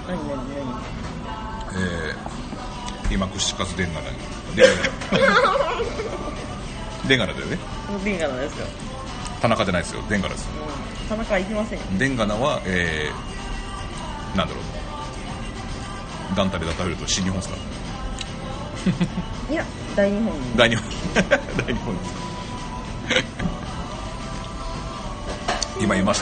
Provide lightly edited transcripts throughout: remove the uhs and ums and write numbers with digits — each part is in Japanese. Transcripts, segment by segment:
何今串カツでんがなでんがなだよね。 でんがなですよ。 田中じゃないですよ、でんがなですよ。 田中行きませんよ。 でんがなは、なんだろう、団体で出されると新日本ですか。 いや、大日本大日本大日本です今いまして、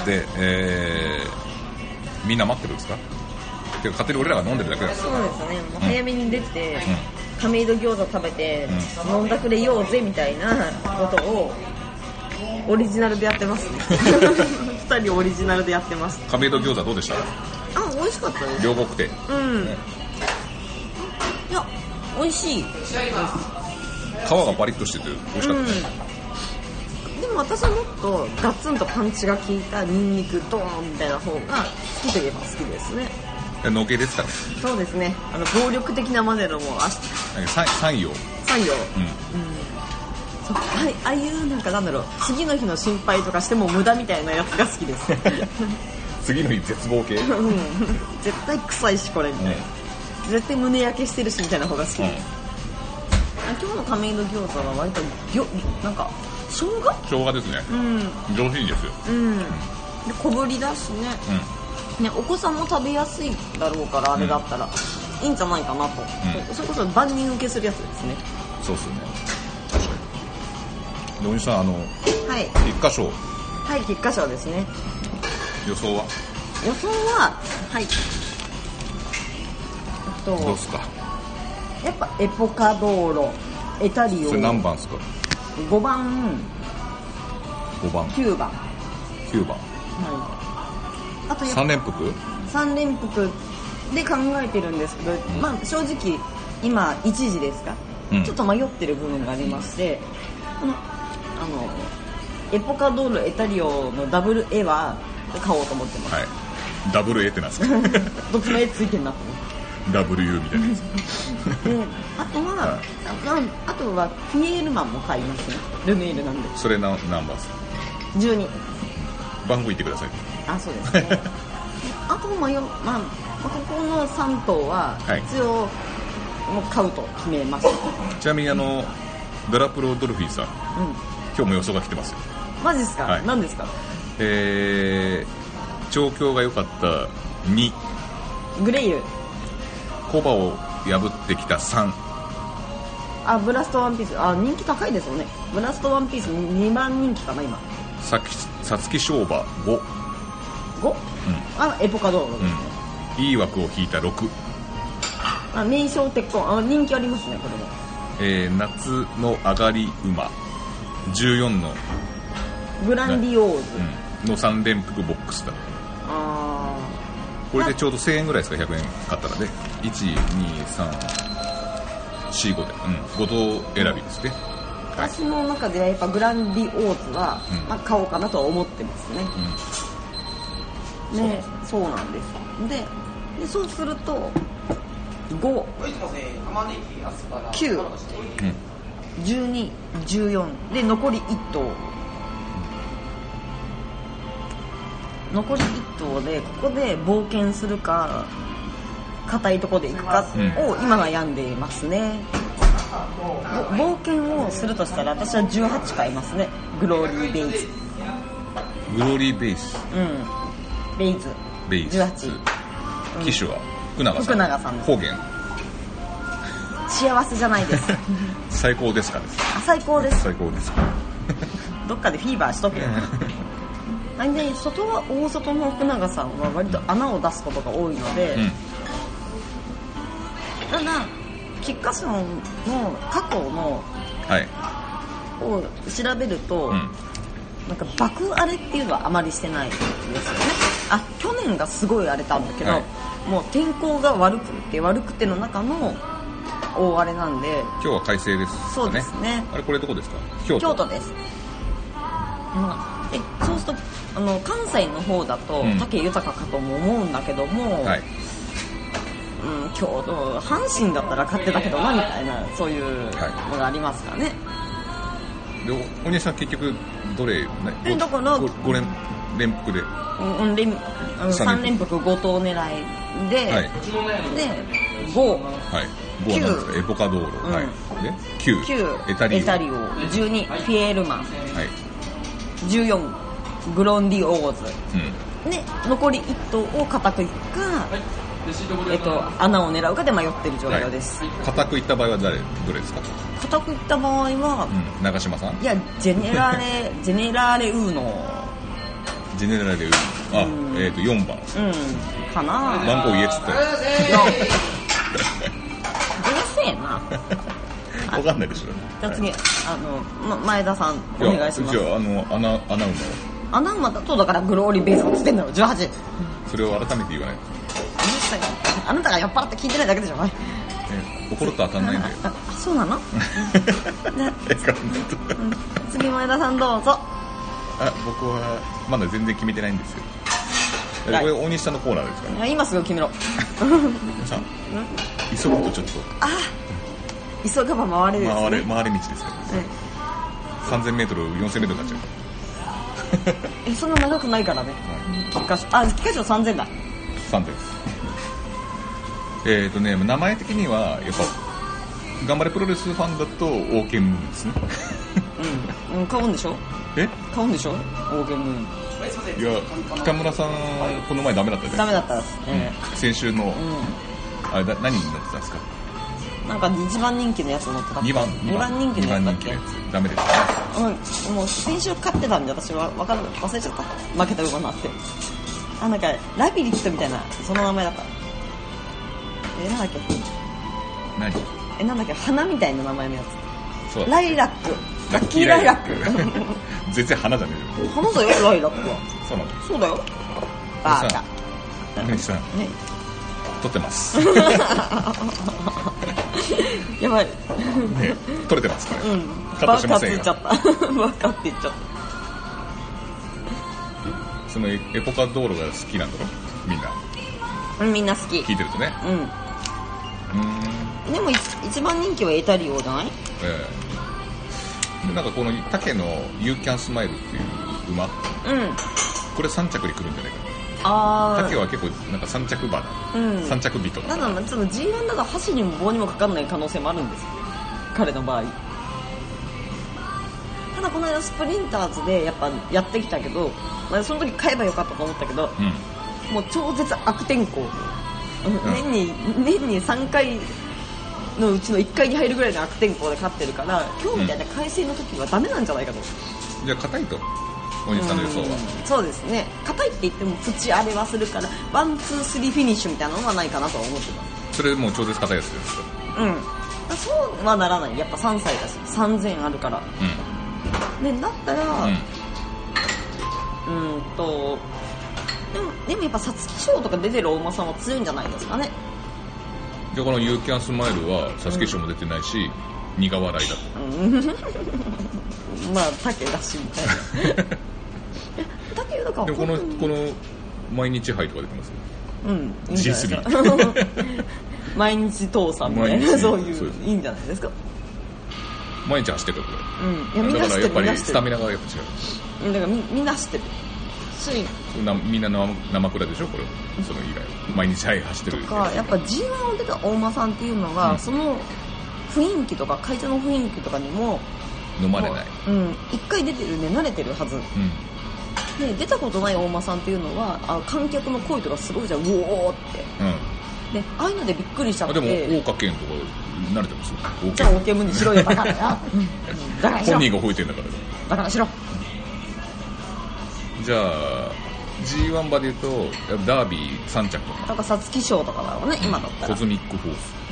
みんな待ってるんですか。てか勝手に俺らが飲んでるだけです。 そうですね、もう早めに出て、亀戸餃子食べて、飲んだくれようぜみたいなことをオリジナルでやってますね。2人オリジナルでやってます。 亀戸餃子どうでした。 美味しかったです。 両国亭、 いや、美味しい。 皮がパリッとしてて美味しかったね。 でも私はもっとガツンとパンチが効いたニンニクドーンみたいな方が好きといえば好きですね。 のけですからね。 そうですね、暴力的なまでのも三陽、 そう、ああいうなんだろう、次の日の心配とかしても無駄みたいなやつが好きです。 次の日絶望系、 絶対臭いしこれみたいな、絶対胸焼けしてるしみたいな方が好きです。今日の亀戸餃子は割と生姜ですね。上品ですよ。 で小ぶりだしね、お子さんも食べやすいだろうから、あれだったらいいんじゃないかなと、それこそ万人受けするやつですね。 そうですよね、確かに。で、おじさん、菊花賞、 菊花賞ですね。 予想はどうすか。 やっぱエポカドーロ、エタリオ、 それ何番ですか。 5番、9番、あと 3連複で考えてるんですけど、正直今1時ですか、ちょっと迷ってる部分がありまして、エポカドールエタリオのダブル絵は買おうと思ってます。 ダブル絵ってなんですか。 どっちも絵ついてるなと思って。 W みたいなやつ。 あとはフィエールマンも買いますね。ルメールなんで。 それ何番ですか。 12 番号言ってください。 そうですね。あとここの3頭は一応もう買うと決めました。 ちなみにドラプロドルフィンさん、今日も予想が来てますよ。 マジですか。何ですか。 調教が良かった2、 グレイユ、 コバを破ってきた3、 ブラストワンピース、人気高いですよね。ブラストワンピース2番人気かな今。 さつき賞馬5、 エポカドーロですね。 いい枠を引いた6、 名称鉄鋼、人気ありますねこれも。夏の上がり馬14のグランディオーズ、 の3連複ボックスだ。これでちょうど1000円ぐらいですか。100円買ったらね、1,2,3,4,5で、5頭選びですね。 私の中ではやっぱグランディオーズは、買おうかなとは思ってますね。そうなんです。でそうすると5、9、12、14で残り1頭。残り1頭でここで冒険するか硬いところで行くかを今悩んでいますね。冒険をするとしたら私は18買いますね。グローリーベイズ、ベイズ18。 騎手は福永さん。方言幸せじゃないです。 最高ですかです。 最高です。どっかでフィーバーしとけよ。大外の福永さんは割と穴を出すことが多いので、ただ菊花賞の過去のを調べると、爆荒れっていうのはあまりしてないんですよね。去年がすごい荒れたんだけど、もう天候が悪くての中の大荒れなんで。 今日は快晴ですね。 そうですね。 これどこですか。 京都です。そうすると関西の方だと武豊かとも思うんだけども、京都阪神だったら勝ってたけどなみたいな、そういうのがありますかね。 でお姉さん結局どれだから 5連連複で、 3連複5頭狙いで、はい、で5、 はい、5は何ですか？エポカドール、はい、で9エタリオ、 12フィエールマン、はい、14グロンディオーズ、で残り1頭を固くいくか、穴を狙うかで迷ってる状況です。 固くいった場合はどれですか？ 固くいった場合は、 長嶋さん？いやジェネラーレウーノ。 ジェネラルで4番、 かな。 番号言えっつったよ。 うるせえな。 分かんないでしょ。 じゃあ次前田さんお願いします。 じゃあ穴馬だとだからグローリーベースをつってんだろ18。 それを改めて言わないと。 あなたが酔っ払って聞いてないだけでしょ。 怒ると当たんないんだよ。 そうなの？次前田さんどうぞ。 僕はまだ全然決めてないんですよ。これ大西さんのコーナーですかね。 今すぐ決めろ。 さ急ぐとちょっと急がば回れですね。 回れ道ですよ、3000m 4000m になっちゃう。 そんな長くないからね。菊花賞3000だ。 3000です。名前的にはやっぱ頑張れプロレスファンだとオーケンムーンですね。 買うんでしょ？買うんでしょ？オーケンムーン。 いや、北村さんこの前ダメだったじゃん。 ダメだったです。 先週のあれ何に乗ってたんですか？ なんか1番人気のやつ乗ってた。2番人気のやつだっけ？ ダメですね。もう先週勝ってたんで私は忘れちゃった。負けた馬なって。なんかラビリットみたいなその名前だった。なんだっけ？なんだっけ？花みたいな名前のやつ。ライラック。ラッキーライラック。 全然花じゃねえよ。 花だよライラックは。 そうなの？ そうだよ。バーカ。 ねさん。ね。撮ってます。 やばい。 ね、撮れてますこれ。 カットしませんよ。バカって言っちゃった。バカって言っちゃった。 そのエポカ道路が好きなんだろ？みんな。 みんな好き。 聞いてるとね。 でも一番人気はエタリオじゃない？ なんかこの竹のユーキャンスマイルっていう馬、これ3着に来るんじゃないかな。竹は結構なんか3着馬だ、3着人だ。 ただその G1 だと箸にも棒にもかかんない可能性もあるんですよ、彼の場合。ただこの間スプリンターズでやっぱやってきたけど、その時買えばよかったと思ったけど、もう超絶悪天候、年に3回のうちの1回に入るぐらいの悪天候で勝ってるから、今日みたいな快晴の時はダメなんじゃないかと。 じゃあ硬いと大西さんの予想は。 そうですね、硬いって言ってもプチ荒れはするからワンツースリーフィニッシュみたいなのはないかなとは思ってます。 それもう超絶硬いやつですか？ そうはならない。やっぱ3歳だし3000あるから、でだったらでもやっぱ皐月賞とか出てるお馬さんは強いんじゃないですかね。 じゃあこのユーキャンスマイルは皐月賞も出てないし、苦笑いだと。 まあ竹だしみたいな。竹だから。 でもこの毎日杯とか出てますよ。 いいんじゃないですか。毎日父さんみたいな、そういういいんじゃないですか。 毎日走ってるこれ。だからやっぱりスタミナがやっぱ違う。 だからみんな走ってる。 みんな生倉でしょこれ。その以外毎日走ってるとか、やっぱ G1 を出た大馬さんっていうのは、その雰囲気とか会場の雰囲気とかにも飲まれない。 一回出てるね、慣れてるはず。で出たことない大馬さんっていうのは観客の声とかすごいじゃん、うおーって。でああいうのでびっくりしちゃって。 でも大岡健とか慣れてますよ。 じゃあオーケームーンにしろよバカだよ。だからしろ。 本人が吠えてんだから。 だからしろ。 じゃあ G1 馬でいうとダービー3着とか。 だから皐月賞とかだろうね、今だったら。 コズミックフォース。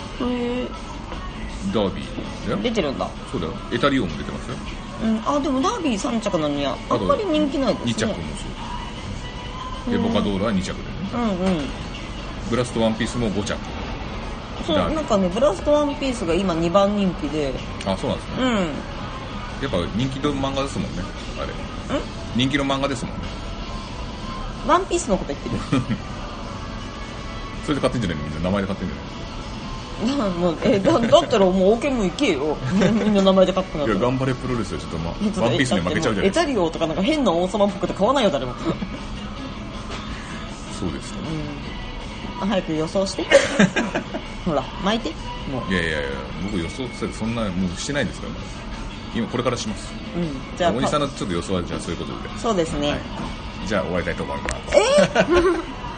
ダービー出てるんだ。 そうだよ。エタリオンも出てますよ。 でもダービー3着なのにあんまり人気ないですね。 2着もそう。エボカドールは2着でね。ブラストワンピースも5着。 そうなんかね、ブラストワンピースが今2番人気で。 そうなんですね。やっぱ人気の漫画ですもんね、あれ。人気の漫画ですもんね。 ワンピースのこと言ってる。 それで買ってんじゃないの？みんな名前で買ってんじゃないの？ もうだったらもうオーケーも行けよみんな名前で書くな。 いや頑張れプロレスはちょっとワンピースに負けちゃうじゃないですか。 エタリオとかなんか変な王様っぽくて買わないよ誰もそうですね、 早く予想してほら巻いてもう。 いや僕予想ってそんなもうしてないですから、今これからします。 じゃあ大西さんのちょっと予想はじゃあそういうことで。 そうですね、 じゃあ終わりたいと思います。